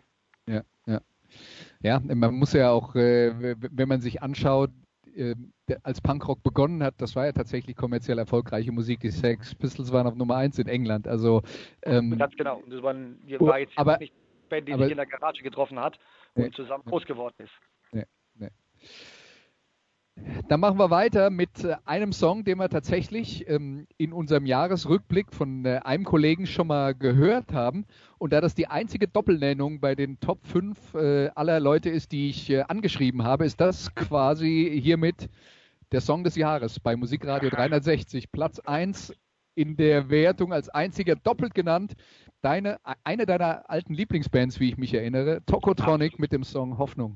Ja, man muss ja auch, wenn man sich anschaut, als Punkrock begonnen hat, das war ja tatsächlich kommerziell erfolgreiche Musik. Die Sex Pistols waren auf Nummer 1 in England. Also,
ganz genau. Und das war jetzt nicht eine Band, die sich in der Garage getroffen hat und zusammen groß geworden ist.
Nee. Dann machen wir weiter mit einem Song, den wir tatsächlich in unserem Jahresrückblick von einem Kollegen schon mal gehört haben. Und da das die einzige Doppelnennung bei den Top 5 aller Leute ist, die ich angeschrieben habe, ist das quasi hiermit der Song des Jahres bei Musikradio 360. Platz 1 in der Wertung als einziger doppelt genannt. Eine deiner alten Lieblingsbands, wie ich mich erinnere, Tokotronic mit dem Song Hoffnung.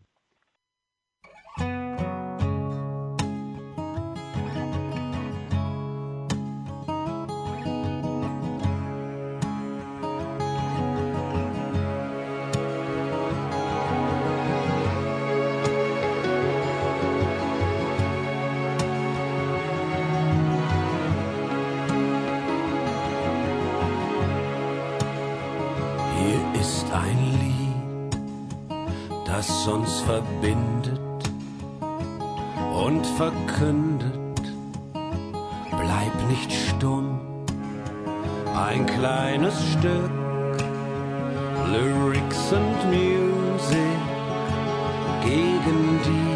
Das uns verbindet und verkündet, bleib nicht stumm, ein kleines Stück Lyrics and Music gegen die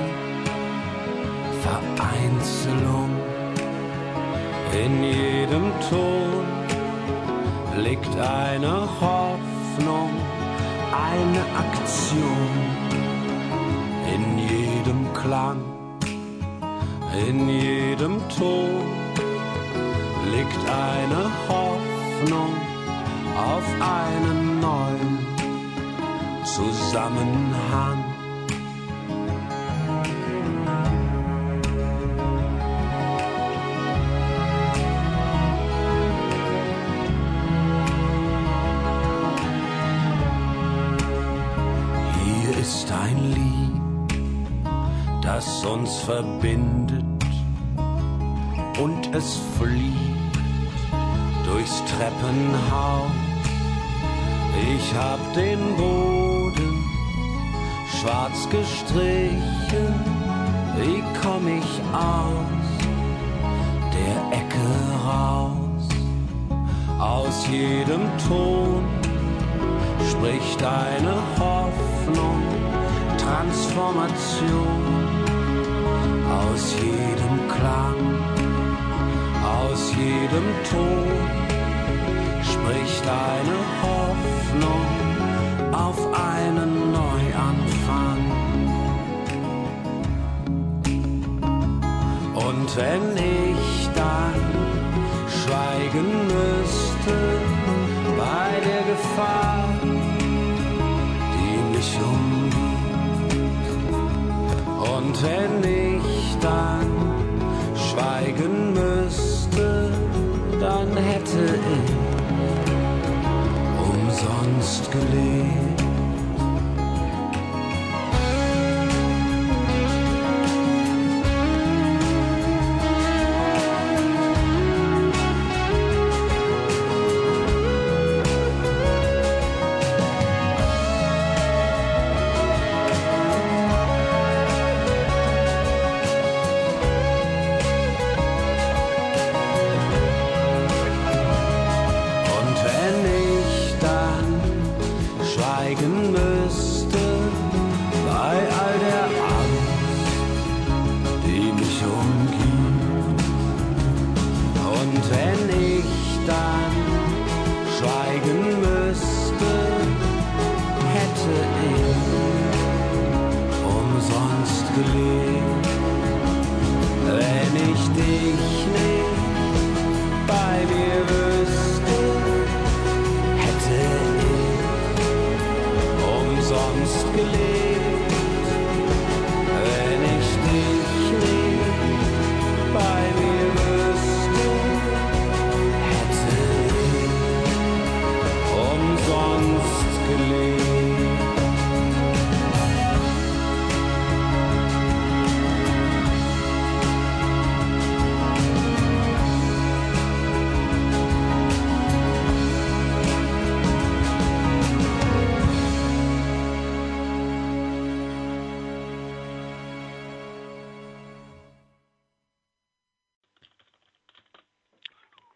Vereinzelung. In jedem Ton liegt eine Hoffnung, eine Aktion. In jedem Klang, in jedem Ton liegt eine Hoffnung auf einen neuen Zusammenhang. Hier ist ein Lied, das uns verbindet und es flieht durchs Treppenhaus. Ich hab den Boden schwarz gestrichen, wie komm ich aus der Ecke raus? Aus jedem Ton spricht eine Hoffnung, Transformation. Aus jedem Klang, aus jedem Ton spricht eine Hoffnung auf einen Neuanfang. Und wenn ich dann schweigen müsste bei der Gefahr, die mich umgibt, und wenn ich dann schweigen müsste, dann hätte ich umsonst gelebt.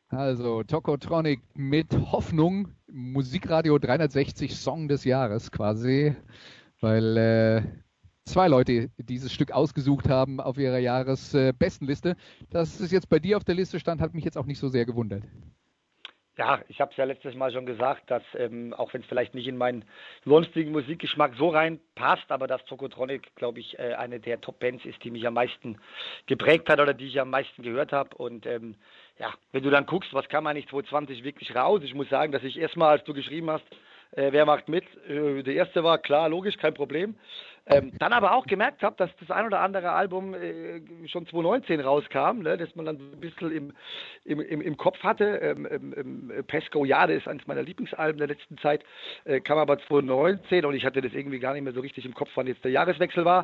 Also Tokotronic mit Hoffnung, Musikradio 360 Song des Jahres quasi, weil zwei Leute dieses Stück ausgesucht haben auf ihrer Jahresbestenliste. Dass es jetzt bei dir auf der Liste stand, hat mich jetzt auch nicht so sehr gewundert.
Ja, ich habe es ja letztes Mal schon gesagt, dass auch wenn es vielleicht nicht in meinen sonstigen Musikgeschmack so reinpasst, aber dass Tokotronic, glaube ich, eine der Top-Bands ist, die mich am meisten geprägt hat oder die ich am meisten gehört habe. Und ja, wenn du dann guckst, was kam eigentlich 2020 wirklich raus? Ich muss sagen, dass ich erstmal, als du geschrieben hast, wer macht mit, der erste war klar, logisch, kein Problem. Dann aber auch gemerkt habe, dass das ein oder andere Album schon 2019 rauskam, ne, dass man dann so ein bisschen im Kopf hatte. Pesco, ja, das ist eines meiner Lieblingsalben der letzten Zeit, kam aber 2019 und ich hatte das irgendwie gar nicht mehr so richtig im Kopf, wann jetzt der Jahreswechsel war.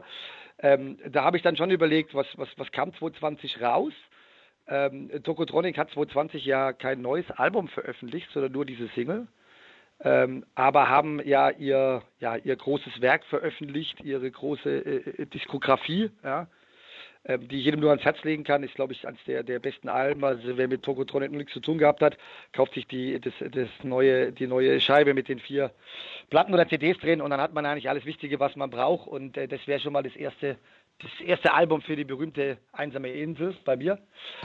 Da habe ich dann schon überlegt, was kam 2020 raus. Tokotronic hat 2020 ja kein neues Album veröffentlicht, sondern nur diese Single. Aber haben ja ihr großes Werk veröffentlicht, ihre große Diskografie, ja, die ich jedem nur ans Herz legen kann, ist, glaube ich, eines der besten Alben. Also wer mit Tokotronic nichts zu tun gehabt hat, kauft sich die neue Scheibe mit den 4 Platten oder CDs drin und dann hat man eigentlich alles Wichtige, was man braucht, und das wäre schon mal das erste Album für die berühmte Einsame Insel bei mir.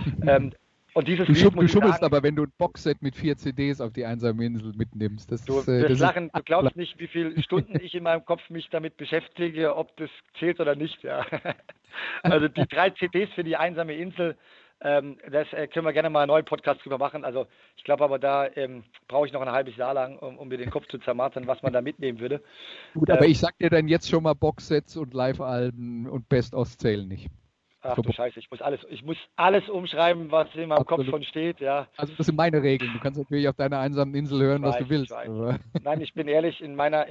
Und dieses
Du
Lied, muss ich
schummelst
sagen,
aber, wenn du ein Boxset mit 4 CDs auf die einsame Insel mitnimmst. Das
Du
ist,
wirst
das
lachen, du glaubst nicht, wie viele Stunden ich in meinem Kopf mich damit beschäftige, ob das zählt oder nicht. Ja. Also die 3 CDs für die einsame Insel, das können wir gerne mal einen neuen Podcast drüber machen. Also ich glaube aber, da brauche ich noch ein halbes Jahr lang, um mir den Kopf zu zermartern, was man da mitnehmen würde.
Gut, aber ich sag dir dann jetzt schon mal, Boxsets und Live-Alben und Best-ofs zählen nicht.
Ach du Scheiße, ich muss alles umschreiben, was in meinem Kopf schon steht, ja.
Also das sind meine Regeln. Du kannst natürlich auf deiner einsamen Insel hören, was du willst.
Nein, ich bin ehrlich,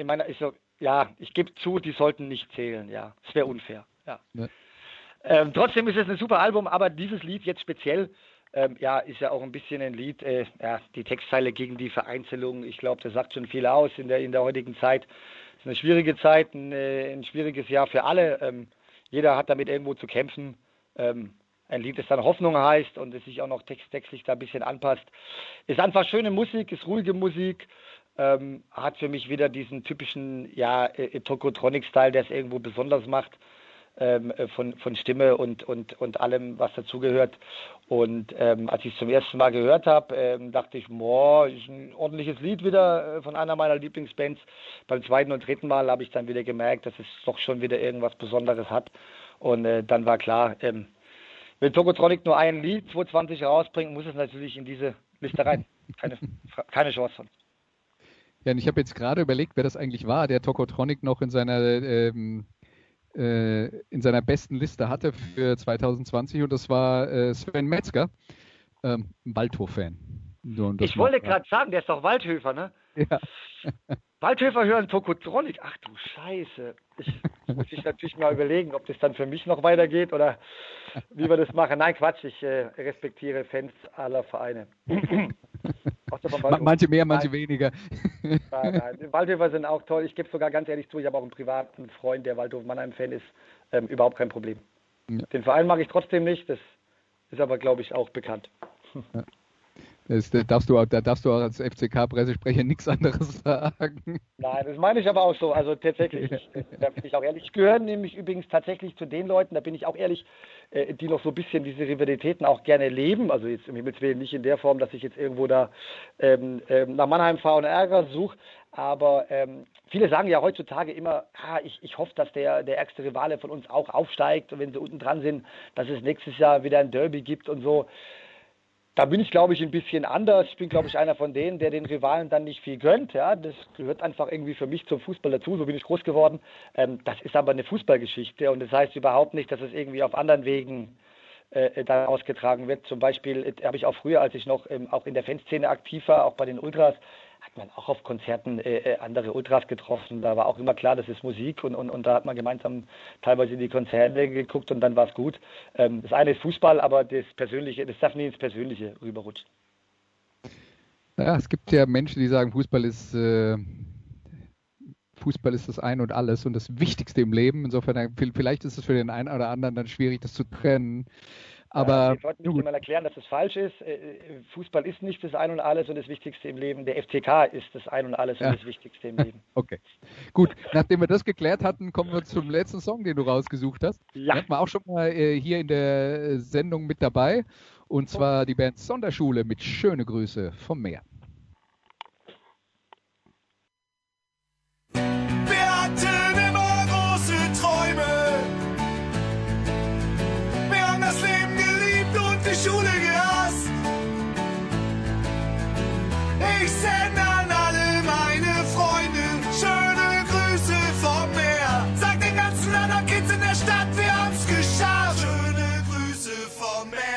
ich gebe zu, die sollten nicht zählen, ja. Das wäre unfair, ja. Trotzdem ist es ein super Album, aber dieses Lied jetzt speziell, ist ja auch ein bisschen ein Lied, die Textzeile gegen die Vereinzelung, ich glaube, das sagt schon viel aus in der heutigen Zeit. Es ist eine schwierige Zeit, ein schwieriges Jahr für alle. Jeder hat damit irgendwo zu kämpfen. Ein Lied, das dann Hoffnung heißt und es sich auch noch textlich da ein bisschen anpasst. Ist einfach schöne Musik, ist ruhige Musik, hat für mich wieder diesen typischen Tokotronic-Style, der es irgendwo besonders macht, von Stimme und allem, was dazugehört. Und als ich es zum ersten Mal gehört habe, dachte ich, ist ein ordentliches Lied wieder von einer meiner Lieblingsbands. Beim zweiten und dritten Mal habe ich dann wieder gemerkt, dass es doch schon wieder irgendwas Besonderes hat. Und dann war klar, wenn Tokotronic nur ein Lied 2020 rausbringt, muss es natürlich in diese Liste rein. Keine Chance sonst.
Ja, und ich habe jetzt gerade überlegt, wer das eigentlich war, der Tokotronic noch in seiner besten Liste hatte für 2020, und das war Sven Metzger, ein Waldhof-Fan.
Ich wollte gerade sagen, der ist doch Waldhöfer, ne?
Ja.
Waldhöfer hören Tokotronic. Ach du Scheiße. Ich muss mich natürlich mal überlegen, ob das dann für mich noch weitergeht oder wie wir das machen. Nein, Quatsch, ich respektiere Fans aller Vereine.
Manche mehr, manche weniger.
Nein. Waldhöfer sind auch toll. Ich gebe sogar ganz ehrlich zu, ich habe auch einen privaten Freund, der Waldhof Mannheim-Fan ist. Überhaupt kein Problem. Ja. Den Verein mag ich trotzdem nicht. Das ist aber, glaube ich, auch bekannt.
Ja. Da darfst du auch als FCK-Pressesprecher nichts anderes sagen.
Nein, das meine ich aber auch so. Also tatsächlich, da bin ich auch ehrlich. Ich gehöre nämlich übrigens tatsächlich zu den Leuten, da bin ich auch ehrlich, die noch so ein bisschen diese Rivalitäten auch gerne leben. Also jetzt im Himmels Willen nicht in der Form, dass ich jetzt irgendwo da nach Mannheim fahre und Ärger suche. Aber viele sagen ja heutzutage immer, ich hoffe, dass der ärgste Rivale von uns auch aufsteigt. Und wenn sie unten dran sind, dass es nächstes Jahr wieder ein Derby gibt und so. Da bin ich, glaube ich, ein bisschen anders. Ich bin, glaube ich, einer von denen, der den Rivalen dann nicht viel gönnt. Ja, das gehört einfach irgendwie für mich zum Fußball dazu. So bin ich groß geworden. Das ist aber eine Fußballgeschichte und das heißt überhaupt nicht, dass es irgendwie auf anderen Wegen da ausgetragen wird. Zum Beispiel habe ich auch früher, als ich noch auch in der Fanszene aktiv war, auch bei den Ultras, hat man auch auf Konzerten andere Ultras getroffen. Da war auch immer klar, das ist Musik und da hat man gemeinsam teilweise die Konzerte geguckt und dann war es gut. Das eine ist Fußball, aber das Persönliche, das darf nie ins Persönliche rüberrutschen.
Ja, es gibt ja Menschen, die sagen, Fußball ist das Ein und Alles und das Wichtigste im Leben. Insofern, vielleicht ist es für den einen oder anderen dann schwierig, das zu trennen. Aber
wir wollten nicht mal erklären, dass das falsch ist. Fußball ist nicht das Ein und Alles und das Wichtigste im Leben. Der FCK ist das Ein und Alles und das Wichtigste im Leben.
Okay, gut. Nachdem wir das geklärt hatten, kommen wir zum letzten Song, den du rausgesucht hast.
Ja.
Den hatten wir auch schon mal hier in der Sendung mit dabei. Und zwar die Band Sonderschule mit Schöne Grüße vom Meer.
Wir hatten immer große Träume. Wir haben das Leben geliebt und die Schule gehasst. Ich sende an alle meine Freunde schöne Grüße vom Meer. Sag den ganzen anderen Kids in der Stadt, wir haben's geschafft. Schöne Grüße vom Meer.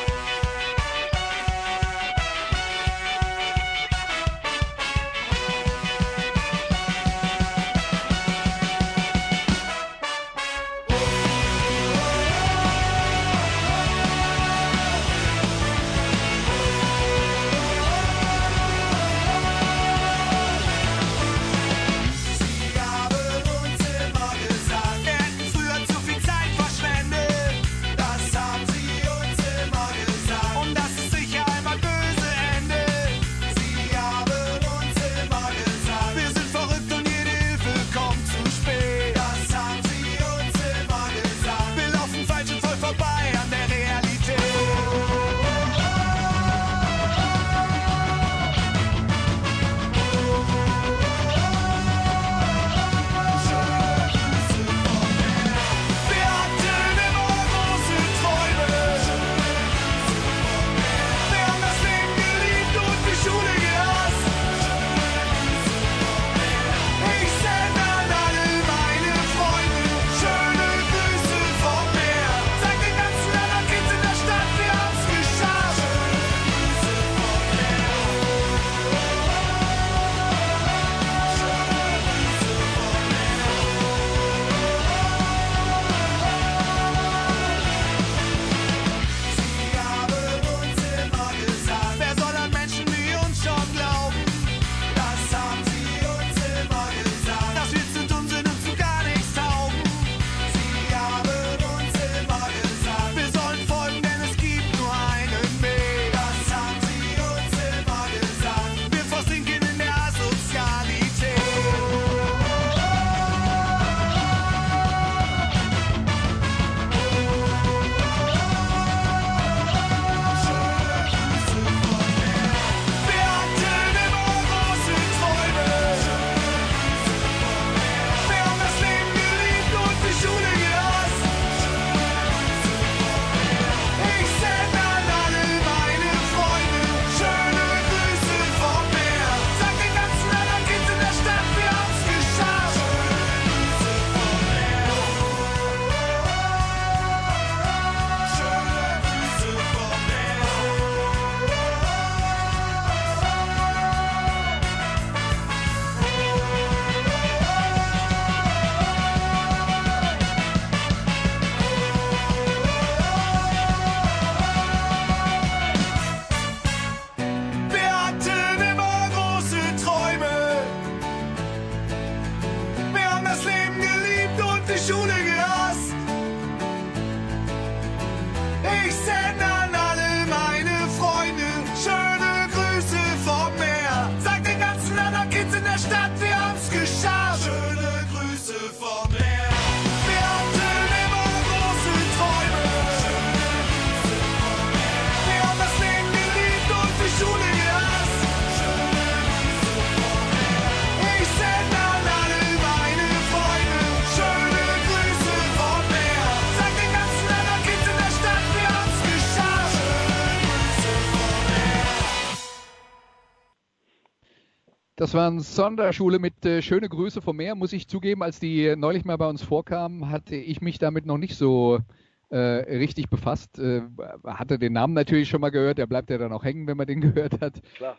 Das war eine Sonderschule mit schöne Grüße vom Meer, muss ich zugeben. Als die neulich mal bei uns vorkamen, hatte ich mich damit noch nicht so richtig befasst. Hatte den Namen natürlich schon mal gehört, der bleibt ja dann auch hängen, wenn man den gehört hat.
Klar.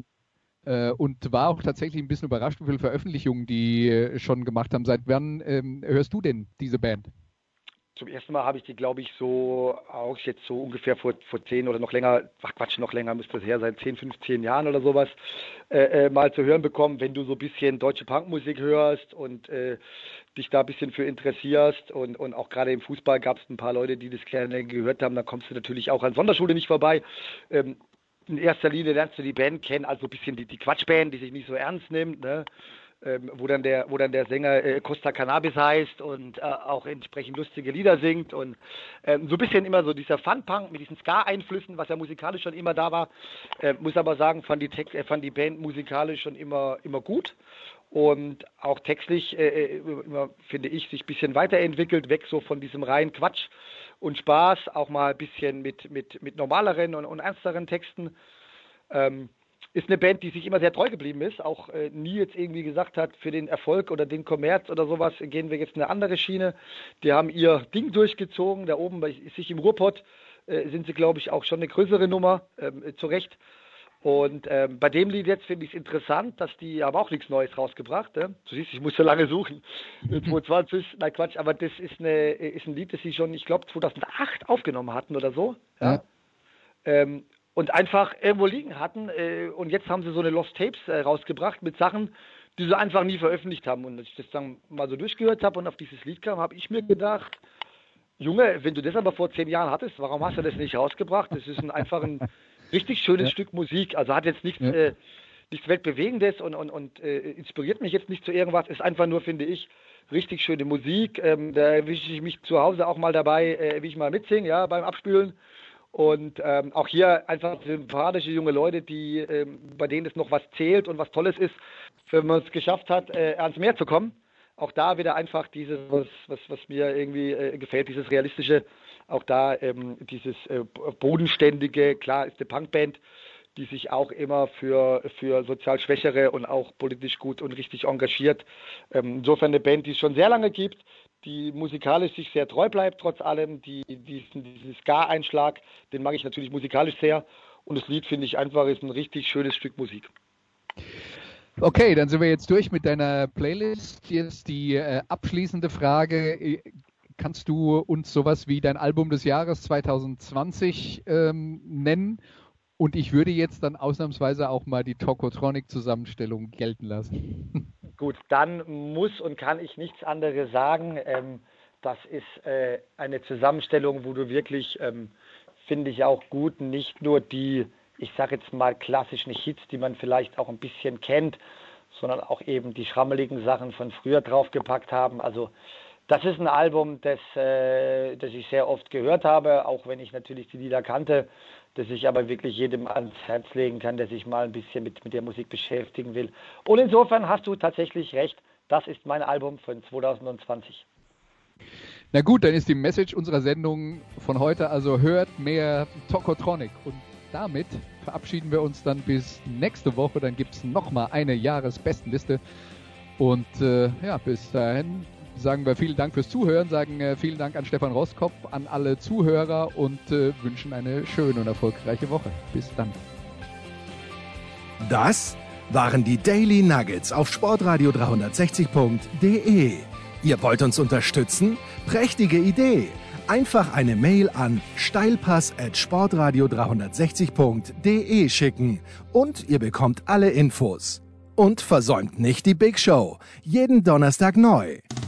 Und war auch tatsächlich ein bisschen überrascht, wie viele Veröffentlichungen die schon gemacht haben. Seit wann hörst du denn diese Band?
Zum ersten Mal habe ich die, glaube ich, so auch jetzt so ungefähr vor 10 oder noch länger, noch länger müsste das her sein, 10, 15 Jahren oder sowas, mal zu hören bekommen, wenn du so ein bisschen deutsche Punkmusik hörst und dich da ein bisschen für interessierst und auch gerade im Fußball gab es ein paar Leute, die das gerne gehört haben, dann kommst du natürlich auch an Sonderschule nicht vorbei. In erster Linie lernst du die Band kennen, also ein bisschen die Quatschband, die sich nicht so ernst nimmt, ne? Wo dann der Sänger Costa Cannabis heißt und auch entsprechend lustige Lieder singt und so ein bisschen immer so dieser Fun-Punk mit diesen Ska-Einflüssen, was ja musikalisch schon immer da war. Muss aber sagen, fand die Band musikalisch schon immer gut und auch textlich immer, finde ich, sich ein bisschen weiterentwickelt, weg so von diesem reinen Quatsch und Spaß, auch mal ein bisschen mit normaleren und ernsteren Texten. Ist eine Band, die sich immer sehr treu geblieben ist, auch nie jetzt irgendwie gesagt hat, für den Erfolg oder den Kommerz oder sowas gehen wir jetzt eine andere Schiene. Die haben ihr Ding durchgezogen, da oben bei sich im Ruhrpott sind sie, glaube ich, auch schon eine größere Nummer, zu Recht. Und bei dem Lied jetzt finde ich es interessant, dass die haben auch nichts Neues rausgebracht. Du siehst, ich muss so lange suchen. 22, nein Quatsch, aber das ist ein Lied, das sie schon, ich glaube, 2008 aufgenommen hatten oder so. Ja. Und einfach irgendwo liegen hatten. Und jetzt haben sie so eine Lost Tapes rausgebracht mit Sachen, die sie einfach nie veröffentlicht haben. Und als ich das dann mal so durchgehört habe und auf dieses Lied kam, habe ich mir gedacht, Junge, wenn du das aber vor 10 Jahren hattest, warum hast du das nicht rausgebracht? Das ist einfach ein richtig schönes Stück Musik. Also hat jetzt nichts Weltbewegendes und inspiriert mich jetzt nicht zu irgendwas. Ist einfach nur, finde ich, richtig schöne Musik. Da erwische ich mich zu Hause auch mal dabei, wie ich mal mitsinge, ja, beim Abspülen. Und auch hier einfach sympathische junge Leute, die bei denen es noch was zählt und was Tolles ist, wenn man es geschafft hat, ans Meer zu kommen. Auch da wieder einfach dieses, was mir irgendwie gefällt, dieses Realistische, auch da dieses Bodenständige, klar ist eine Punkband, die sich auch immer für sozial Schwächere und auch politisch gut und richtig engagiert. Insofern eine Band, die es schon sehr lange gibt, die musikalisch sich sehr treu bleibt, trotz allem, diesen Ska-Einschlag, den mag ich natürlich musikalisch sehr und das Lied, finde ich einfach, ist ein richtig schönes Stück Musik.
Okay, dann sind wir jetzt durch mit deiner Playlist. Jetzt die abschließende Frage, kannst du uns sowas wie dein Album des Jahres 2020 nennen? Und ich würde jetzt dann ausnahmsweise auch mal die Tokotronic-Zusammenstellung gelten lassen.
Gut, dann muss und kann ich nichts anderes sagen. Das ist eine Zusammenstellung, wo du wirklich, finde ich auch gut, nicht nur die, ich sage jetzt mal klassischen Hits, die man vielleicht auch ein bisschen kennt, sondern auch eben die schrammeligen Sachen von früher draufgepackt haben. Also das ist ein Album, das ich sehr oft gehört habe, auch wenn ich natürlich die Lieder kannte, das ich aber wirklich jedem ans Herz legen kann, der sich mal ein bisschen mit der Musik beschäftigen will. Und insofern hast du tatsächlich recht, das ist mein Album von 2020.
Na gut, dann ist die Message unserer Sendung von heute, also hört mehr Tokotronic. Und damit verabschieden wir uns dann bis nächste Woche, dann gibt es nochmal eine Jahresbestenliste. Und bis dahin sagen wir vielen Dank fürs Zuhören, sagen vielen Dank an Stefan Roskopf, an alle Zuhörer und wünschen eine schöne und erfolgreiche Woche. Bis dann.
Das waren die Daily Nuggets auf sportradio 360.de. Ihr wollt uns unterstützen? Prächtige Idee! Einfach eine Mail an steilpass@sportradio360.de schicken und ihr bekommt alle Infos. Und versäumt nicht die Big Show. Jeden Donnerstag neu.